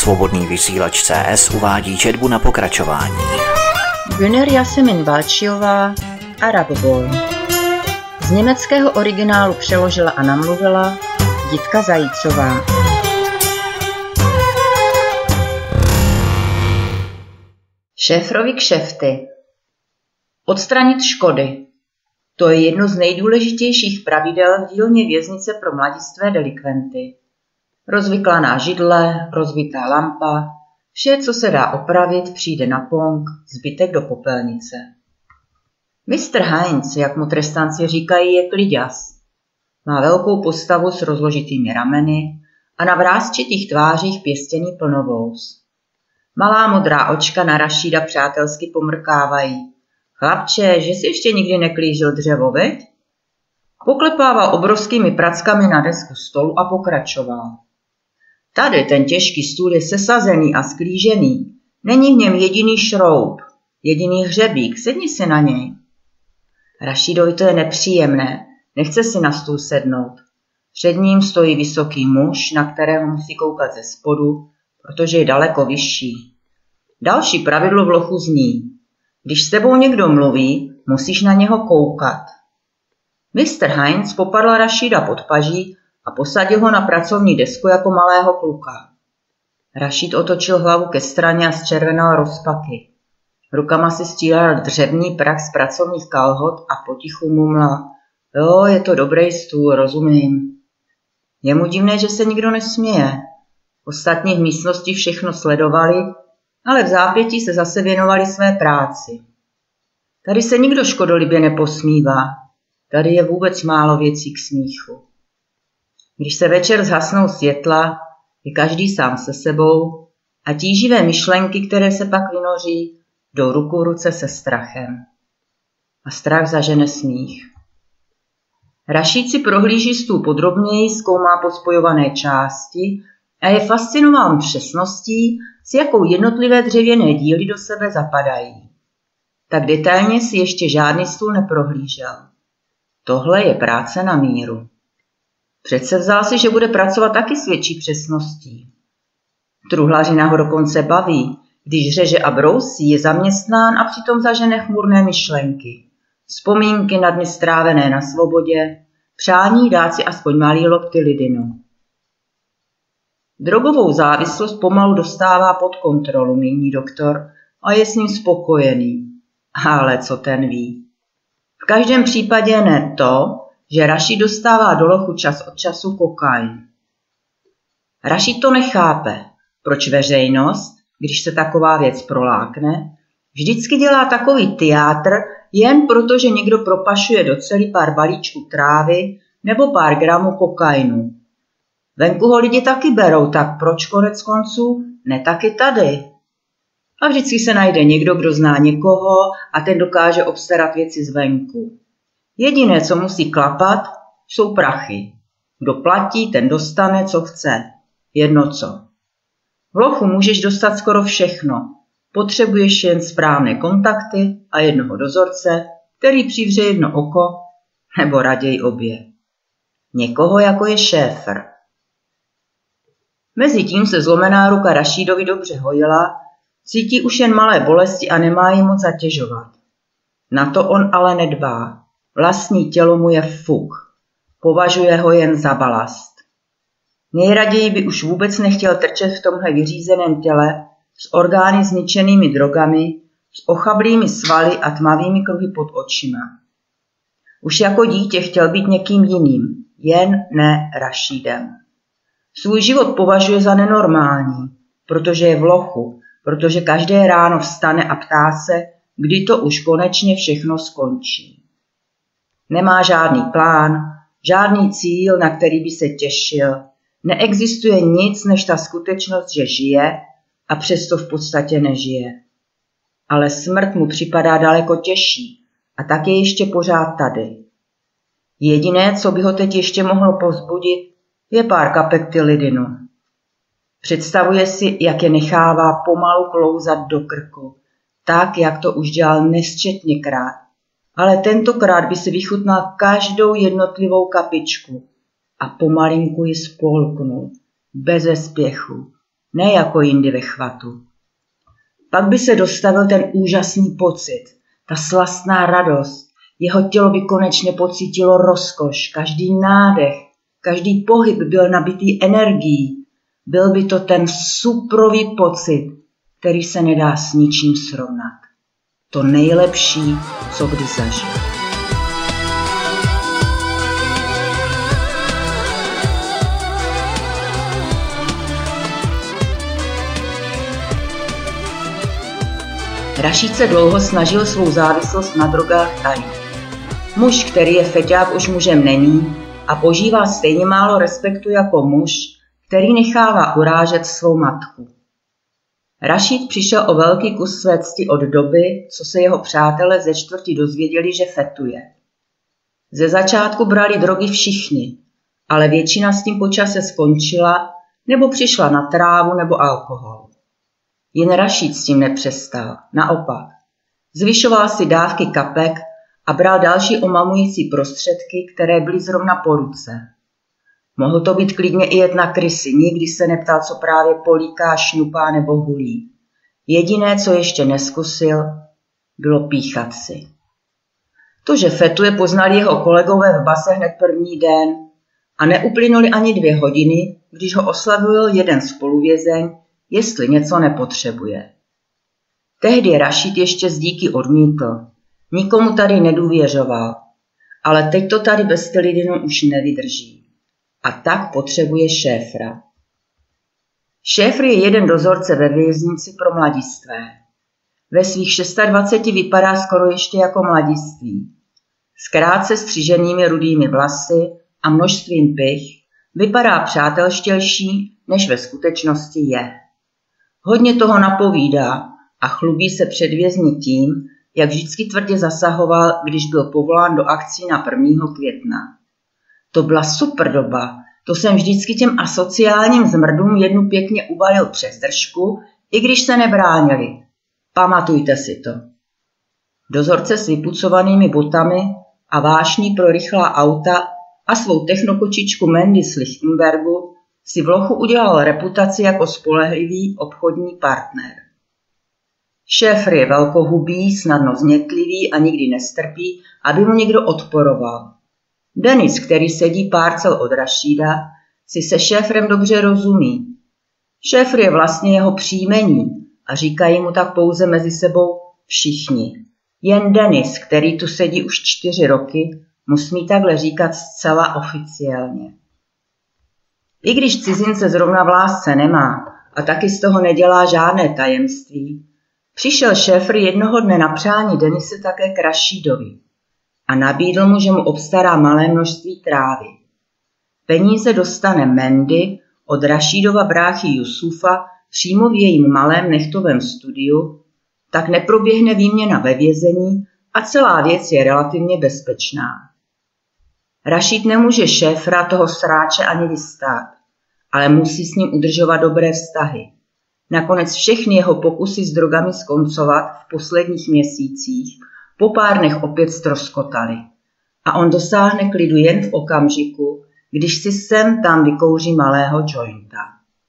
Svobodný vysílač CS uvádí četbu na pokračování. Güner Yasemin Balčiová, Arab Boy. Z německého originálu přeložila a namluvila Jitka Zajícová. Šéfrovi kšefty. Odstranit škody. To je jedno z nejdůležitějších pravidel v dílně věznice pro mladistvé delikventy. Rozvyklaná židle, rozbitá lampa, vše, co se dá opravit, přijde na pong, zbytek do popelnice. Mr. Heinz, jak mu trestanci říkají, je kliďas. Má velkou postavu s rozložitými rameny a na vrásčitých tvářích pěstěný plnovous. Malá modrá očka na Rašída přátelsky pomrkávají. Chlapče, že jsi ještě nikdy neklížil dřevo, veď? Poklepával obrovskými prackami na desku stolu a pokračoval. Tady ten těžký stůl je sesazený a sklížený. Není v něm jediný šroub, jediný hřebík, sedni si na něj. Rašídovi to je nepříjemné, nechce si na stůl sednout. Před ním stojí vysoký muž, na kterého musí koukat ze spodu, protože je daleko vyšší. Další pravidlo v lochu zní: když s tebou někdo mluví, musíš na něho koukat. Mr. Heinz popadl Rašída pod paží a posadil ho na pracovní desku jako malého kluka. Rašíd otočil hlavu ke straně a zčervenal rozpaky. Rukama si stíral dřevní prach z pracovních kalhot a potichu mumlal: jo, je to dobrý stůl, rozumím. Je mu divné, že se nikdo nesměje. Ostatní v místnosti všechno sledovali, ale v zápětí se zase věnovali své práci. Tady se nikdo škodolibě neposmívá. Tady je vůbec málo věcí k smíchu. Když se večer zhasnou světla, je každý sám se sebou a tíživé myšlenky, které se pak vynoří, jdou ruku v ruce se strachem. A strach zažene smích. Rašíd si prohlíží stůl podrobněji, zkoumá pospojované části a je fascinován přesností, s jakou jednotlivé dřevěné díly do sebe zapadají. Tak detailně si ještě žádný stůl neprohlížel. Tohle je práce na míru. Přece vzal si, že bude pracovat taky s větší přesností. Truhlařina ho dokonce baví, když řeže a brousí, je zaměstnán a přitom zažene chmurné myšlenky. Vzpomínky na dny strávené na svobodě, přání dát si aspoň malý lokty lidinu. Drogovou závislost pomalu dostává pod kontrolu, míní doktor, a je s ním spokojený. Ale co ten ví? V každém případě ne to, že Rašíd dostává do lochu čas od času kokain. Rašíd to nechápe, proč veřejnost, když se taková věc prolákne, vždycky dělá takový teátr jen proto, že někdo propašuje do celý pár balíčků trávy nebo pár gramů kokainu. Venku ho lidi taky berou, tak proč konec konců ne taky tady? A vždycky se najde někdo, kdo zná někoho a ten dokáže obstarat věci zvenku. Jediné, co musí klapat, jsou prachy. Kdo platí, ten dostane, co chce. Jedno co. V lochu můžeš dostat skoro všechno. Potřebuješ jen správné kontakty a jednoho dozorce, který přivře jedno oko, nebo raději obě. Někoho, jako je šéfr. Mezitím se zlomená ruka Rašídovi dobře hojila, cítí už jen malé bolesti a nemá ji moc zatěžovat. Na to on ale nedbá. Vlastní tělo mu je fuk. Považuje ho jen za balast. Nejraději by už vůbec nechtěl trčet v tomhle vyřízeném těle s orgány zničenými drogami, s ochablými svaly a tmavými kruhy pod očima. Už jako dítě chtěl být někým jiným, jen ne Rašídem. Svůj život považuje za nenormální, protože je v lochu, protože každé ráno vstane a ptá se, kdy to už konečně všechno skončí. Nemá žádný plán, žádný cíl, na který by se těšil. Neexistuje nic než ta skutečnost, že žije a přesto v podstatě nežije. Ale smrt mu připadá daleko těžší a tak je ještě pořád tady. Jediné, co by ho teď ještě mohlo povzbudit, je pár kapek tylidinu. Představuje si, jak je nechává pomalu klouzat do krku, tak, jak to už dělal nesčetněkrát. Ale tentokrát by si vychutnal každou jednotlivou kapičku a pomalinku ji spolknul, beze spěchu, ne jako jindy ve chvatu. Pak by se dostavil ten úžasný pocit, ta slastná radost, jeho tělo by konečně pocítilo rozkoš, každý nádech, každý pohyb byl nabitý energií, byl by to ten suprový pocit, který se nedá s ničím srovnat. To nejlepší, co kdy zažil. Rašíd se dlouho snažil svou závislost na drogách tajit. Muž, který je feťák, už mužem není a požívá stejně málo respektu jako muž, který nechává urážet svou matku. Rašíd přišel o velký kus své cti od doby, co se jeho přátelé ze čtvrti dozvěděli, že fetuje. Ze začátku brali drogy všichni, ale většina s tím počase skončila nebo přišla na trávu nebo alkohol. Jen Rašíd s tím nepřestal, naopak. Zvyšoval si dávky kapek a bral další omamující prostředky, které byly zrovna po ruce. Mohl to být klidně i jet na krysy, nikdy se neptal, co právě políká, šňupá nebo hulí. Jediné, co ještě neskusil, bylo píchat si. To, že fetuje, poznali jeho kolegové v base hned první den a neuplynuly ani 2 hodiny, když ho oslavil jeden spoluvězeň, jestli něco nepotřebuje. Tehdy Rašíd ještě z díky odmítl. Nikomu tady nedůvěřoval, ale teď to tady bez lidinu už nevydrží. A tak potřebuje šéfra. Šéfr je jeden dozorce ve věznici pro mladistvé. Ve svých 26 vypadá skoro ještě jako mladiství. S krátce střiženými rudými vlasy a množstvím pych vypadá přátelštější, než ve skutečnosti je. Hodně toho napovídá a chlubí se před vězni tím, jak vždycky tvrdě zasahoval, když byl povolán do akcí na 1. května. To byla super doba, to jsem vždycky těm asociálním zmrdům jednu pěkně ubalil přes držku, i když se nebránili. Pamatujte si to. Dozorce s vypucovanými botami a vášní pro rychlá auta a svou technokočičku Mandy z Lichtenbergu si v lochu udělal reputaci jako spolehlivý obchodní partner. Šéfr je velkohubý, snadno znětlivý a nikdy nestrpí, aby mu někdo odporoval. Denis, který sedí pár cel od Rašída, si se šéfrem dobře rozumí. Šéfr je vlastně jeho příjmení a říkají mu tak pouze mezi sebou všichni. Jen Denis, který tu sedí už 4 roky, mu smí takhle říkat zcela oficiálně. I když cizince zrovna v lásce nemá a taky z toho nedělá žádné tajemství, přišel šéfr jednoho dne na přání Denise také k Rašídovi a nabídl mu, že mu obstará malé množství trávy. Peníze dostane Mandy od Rašídova bráchy Jusufa přímo v jejím malém nechtovém studiu, tak neproběhne výměna ve vězení a celá věc je relativně bezpečná. Rašíd nemůže šéfra toho sráče ani vystát, ale musí s ním udržovat dobré vztahy. Nakonec všechny jeho pokusy s drogami skoncovat v posledních měsících po pár dnech opět ztroskotaly a on dosáhne klidu jen v okamžiku, když si sem tam vykouří malého jointa.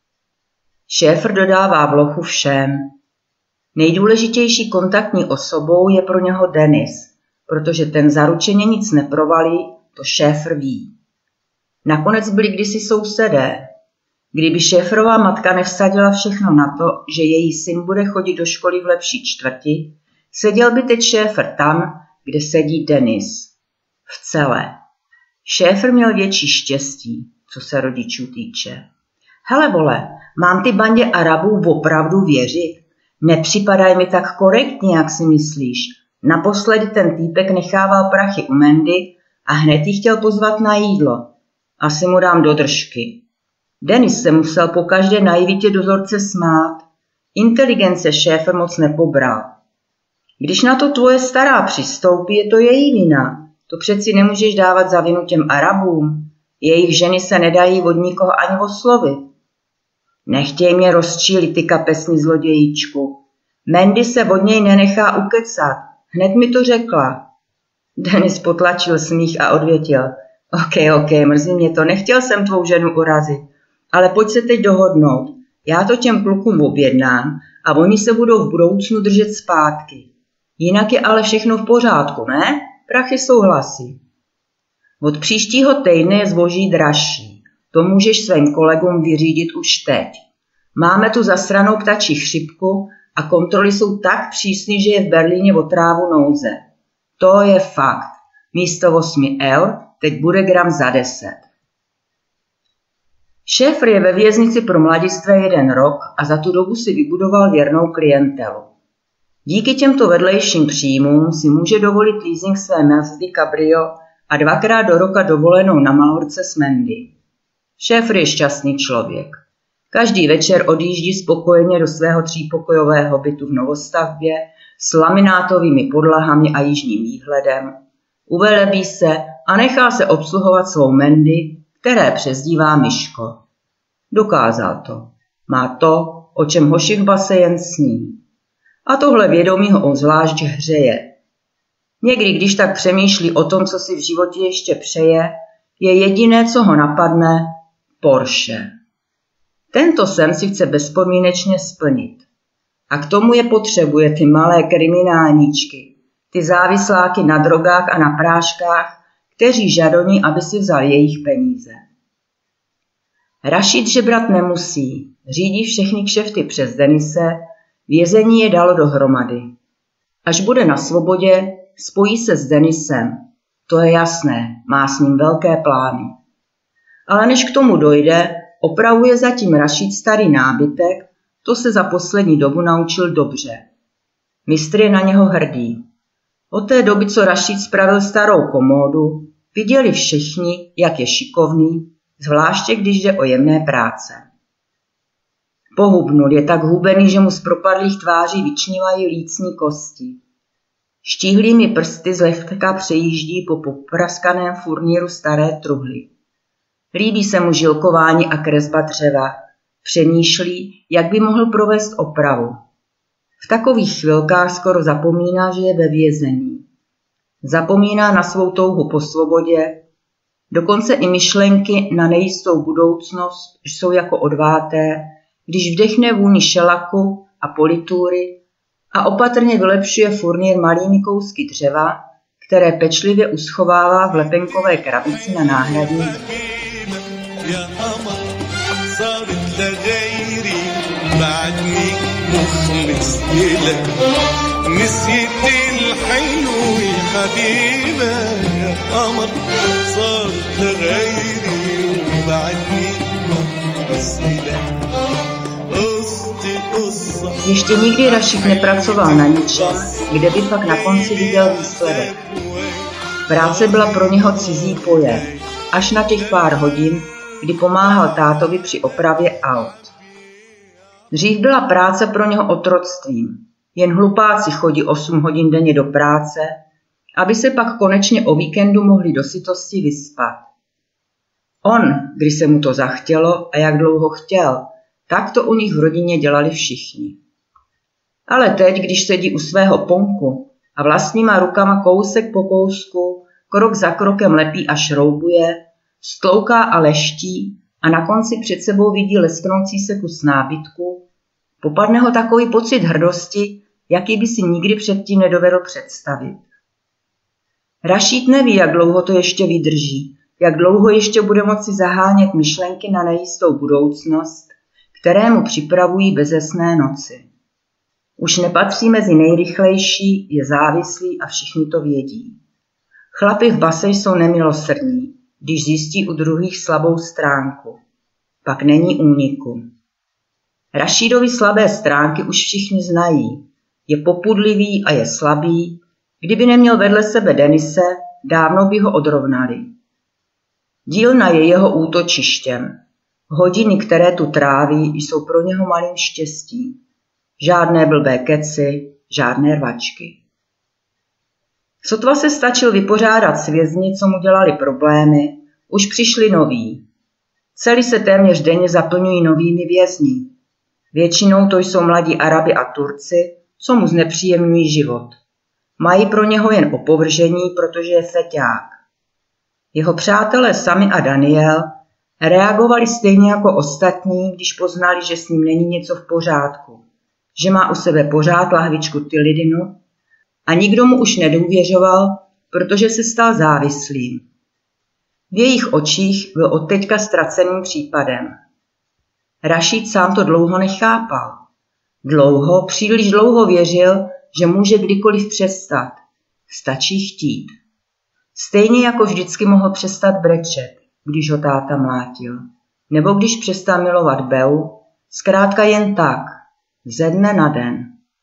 Šéfr dodává v lochu všem. Nejdůležitější kontaktní osobou je pro něho Denis, protože ten zaručeně nic neprovalí, to šéfr ví. Nakonec byli kdysi sousedé. Kdyby šéfrová matka nevsadila všechno na to, že její syn bude chodit do školy v lepší čtvrti, seděl by teď šéfr tam, kde sedí Denis. V celé. Šéfr měl větší štěstí, co se rodičů týče. Hele vole, mám ty bandě Arabů opravdu věřit? Nepřipadají mi tak korektní, jak si myslíš. Naposledy ten týpek nechával prachy u Mandy a hned jí chtěl pozvat na jídlo. Asi mu dám do držky. Denis se musel po každé naivitě dozorce smát. Inteligence šéfr moc nepobral. Když na to tvoje stará přistoupí, je to její vina. To přeci nemůžeš dávat za vinu těm Arabům. Jejich ženy se nedají od nikoho ani oslovit. Nechtěj mě rozčílit, ty kapesní zlodějíčku. Mandy se od něj nenechá ukecat. Hned mi to řekla. Denis potlačil smích a odvětil. Ok, mrzí mě to, nechtěl jsem tvou ženu urazit. Ale pojď se teď dohodnout. Já to těm klukům objednám a oni se budou v budoucnu držet zpátky. Jinak je ale všechno v pořádku, ne? Prachy souhlasí. Od příštího týdne je zboží dražší. To můžeš svým kolegům vyřídit už teď. Máme tu zasranou ptačí chřipku a kontroly jsou tak přísný, že je v Berlíně o trávu nouze. To je fakt. Místo 8 eur teď bude gram za 10. Šéfr je ve věznici pro mladistvé 1 rok a za tu dobu si vybudoval věrnou klientelu. Díky těmto vedlejším příjmům si může dovolit leasing své Mazdy Cabrio a 2krát do roka dovolenou na Malorce s Mandy. Šéfr je šťastný člověk. Každý večer odjíždí spokojeně do svého 3pokojového bytu v novostavbě s laminátovými podlahami a jižním výhledem. Uvelebí se a nechá se obsluhovat svou Mandy, které přezdívá Myško. Dokázal to. Má to, o čem hoši v base jen sní. A tohle vědomí ho obzvlášť hřeje. Někdy, když tak přemýšlí o tom, co si v životě ještě přeje, je jediné, co ho napadne, Porsche. Tento sen si chce bezpodmínečně splnit. A k tomu je potřebuje ty malé kriminálníčky, ty závisláky na drogách a na práškách, kteří žadoní, aby si vzal jejich peníze. Rašíd žebrat nemusí, řídí všechny kšefty přes Denise, vězení je dalo dohromady. Až bude na svobodě, spojí se s Denisem. To je jasné, má s ním velké plány. Ale než k tomu dojde, opravuje zatím Rašíd starý nábytek, to se za poslední dobu naučil dobře. Mistr je na něho hrdý. Od té doby, co Rašíd spravil starou komódu, viděli všichni, jak je šikovný, zvláště když jde o jemné práce. Pohubnul, je tak hubený, že mu z propadlých tváří vyčnívají lícní kosti. Štíhlými prsty zlehka přejíždí po popraskaném furníru staré truhly. Líbí se mu žilkování a kresba dřeva. Přemýšlí, jak by mohl provést opravu. V takových chvilkách skoro zapomíná, že je ve vězení. Zapomíná na svou touhu po svobodě, dokonce i myšlenky na nejistou budoucnost jsou jako odváté, když vdechne vůni šelaku a politury a opatrně vylepšuje furnýr malými kousky dřeva, které pečlivě uschovává v lepenkové krabici na náhradní. Ještě nikdy Rašíd nepracoval na ničem, kde by pak na konci viděl výsledek. Práce byla pro něho cizí pojem, až na těch pár hodin, kdy pomáhal tátovi při opravě aut. Dřív byla práce pro něho otroctvím. Jen hlupáci chodí 8 hodin denně do práce, aby se pak konečně o víkendu mohli do sytosti vyspat. On, když se mu to zachtělo a jak dlouho chtěl, tak to u nich v rodině dělali všichni. Ale teď, když sedí u svého ponku a vlastníma rukama kousek po kousku, krok za krokem lepí a šroubuje, stlouká a leští a na konci před sebou vidí lesknoucí se kus nábytku, popadne ho takový pocit hrdosti, jaký by si nikdy předtím nedovedl představit. Rašíd neví, jak dlouho to ještě vydrží, jak dlouho ještě bude moci zahánět myšlenky na nejistou budoucnost, které mu připravují bezesné noci. Už nepatří mezi nejrychlejší, je závislý a všichni to vědí. Chlapi v base jsou nemilosrdní, když zjistí u druhých slabou stránku. Pak není úniku. Rašídovi slabé stránky už všichni znají. Je popudlivý a je slabý. Kdyby neměl vedle sebe Denise, dávno by ho odrovnali. Dílna je jeho útočištěm. Hodiny, které tu tráví, jsou pro něho malým štěstím. Žádné blbé keci, žádné rvačky. Sotva se stačil vypořádat s vězni, co mu dělali problémy, už přišli noví. Cely se téměř denně zaplňují novými vězni. Většinou to jsou mladí Arabi a Turci, co mu znepříjemňují život. Mají pro něho jen opovržení, protože je feťák. Jeho přátelé Sami a Daniel Reagovali stejně jako ostatní, když poznali, že s ním není něco v pořádku, že má u sebe pořád lahvičku tylidinu a nikdo mu už nedůvěřoval, protože se stal závislým. V jejich očích byl odteďka ztraceným případem. Rašíd sám to dlouho nechápal. Příliš dlouho věřil, že může kdykoliv přestat. Stačí chtít. Stejně jako vždycky mohl přestat brečet, když ho táta mlátil. Nebo když přestal milovat Beu, zkrátka jen tak, ze dne na den.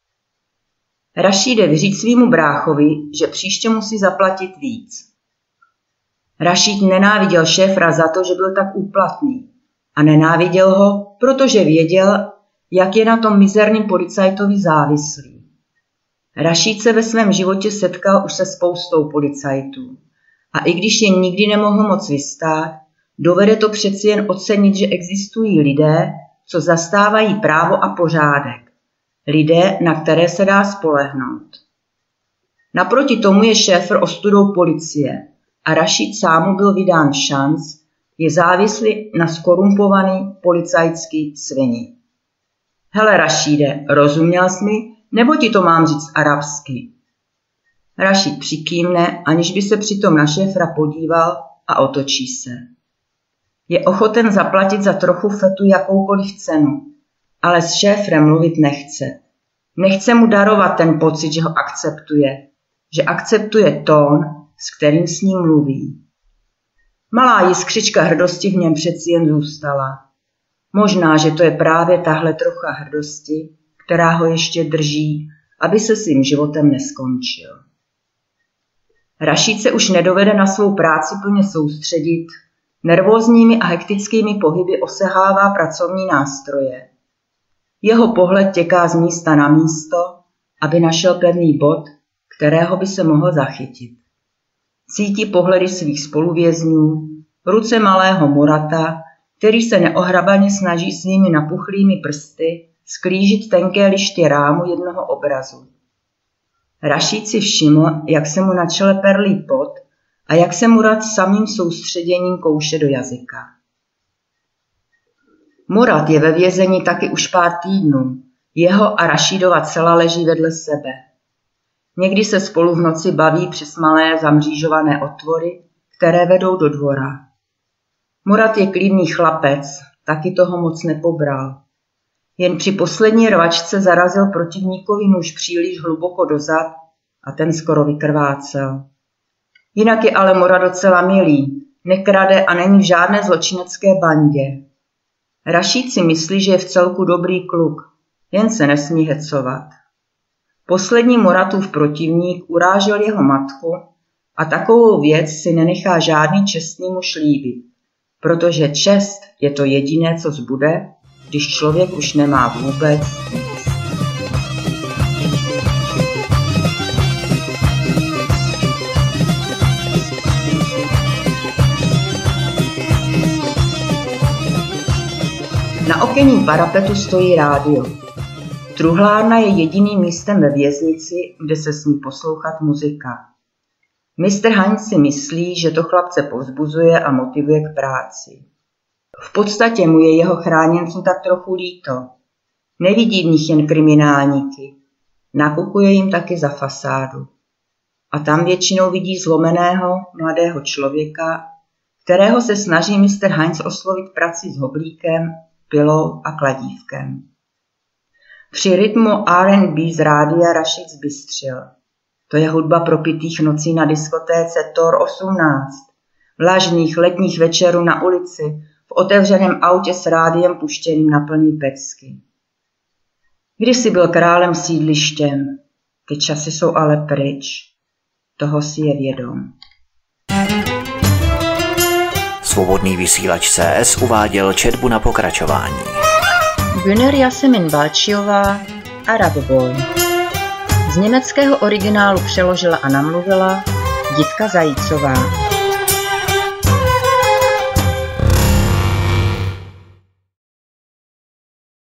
Rašíde, vyříct svýmu bráchovi, že příště musí zaplatit víc. Rašíd nenáviděl šéfra za to, že byl tak úplatný. A nenáviděl ho, protože věděl, jak je na tom mizerným policajtovi závislý. Rašíd se ve svém životě setkal už se spoustou policajtů. A i když je nikdy nemohl moc vystát, dovede to přeci jen ocenit, že existují lidé, co zastávají právo a pořádek. Lidé, na které se dá spolehnout. Naproti tomu je šéfr ostudou policie a Rašíd sám mu byl vydán šanc, je závislý na skorumpovaný policajský svini. Hele Rašíde, rozuměl jsi mi, nebo ti to mám říct arabsky? Rašíd přikývne, aniž by se přitom na šéfra podíval a otočí se. Je ochoten zaplatit za trochu fetu jakoukoliv cenu, ale s šéfrem mluvit nechce. Nechce mu darovat ten pocit, že ho akceptuje, že akceptuje tón, s kterým s ním mluví. Malá jiskřička hrdosti v něm přeci jen zůstala. Možná, že to je právě tahle trocha hrdosti, která ho ještě drží, aby se svým životem neskončil. Rašíd se už nedovede na svou práci plně soustředit, nervózními a hektickými pohyby osahává pracovní nástroje. Jeho pohled těká z místa na místo, aby našel pevný bod, kterého by se mohl zachytit. Cítí pohledy svých spoluvězňů, ruce malého Murata, který se neohrabaně snaží svými napuchlými prsty sklížit tenké liště rámu jednoho obrazu. Rašíd si všiml, jak se mu na čele perlí pot a jak se Murat samým soustředěním kouše do jazyka. Murat je ve vězení taky už pár týdnů. Jeho a Rašídova cela leží vedle sebe. Někdy se spolu v noci baví přes malé zamřížované otvory, které vedou do dvora. Murat je klidný chlapec, taky toho moc nepobral. Jen při poslední rvačce zarazil protivníkovi nůž příliš hluboko dozad a ten skoro vykrvácel. Jinak je ale Murat docela milý, nekrade a není v žádné zločinecké bandě. Rašíd si myslí, že je v celku dobrý kluk, jen se nesmí hecovat. Poslední Muratův protivník urážel jeho matku a takovou věc si nenechá žádný čestný muž líbit, protože čest je to jediné, co zbude, když člověk už nemá vůbec nic. Na okenním parapetu stojí rádio. Truhlárna je jediným místem ve věznici, kde se smí poslouchat muzika. Mr. Heinz si myslí, že to chlapce povzbuzuje a motivuje k práci. V podstatě mu je jeho chráněnců tak trochu líto. Nevidí v nich jen kriminálníky. Nakukuje jim taky za fasádu. A tam většinou vidí zlomeného, mladého člověka, kterého se snaží Mr. Heinz oslovit prací s hoblíkem, pilou a kladívkem. Při rytmu R&B z rádia Rašíd zbystřil. To je hudba propitých nocí na diskotéce Tor 18, vlažných letních večerů na ulici, v otevřeném autě s rádiem puštěným na plný pecky. Kdysi byl králem sídlištěm, ty časy jsou ale pryč, toho si je vědom. Svobodný vysílač CS uváděl četbu na pokračování. Güner Yasemin Balčiová, Arab Boy. Z německého originálu přeložila a namluvila Jitka Zajícová.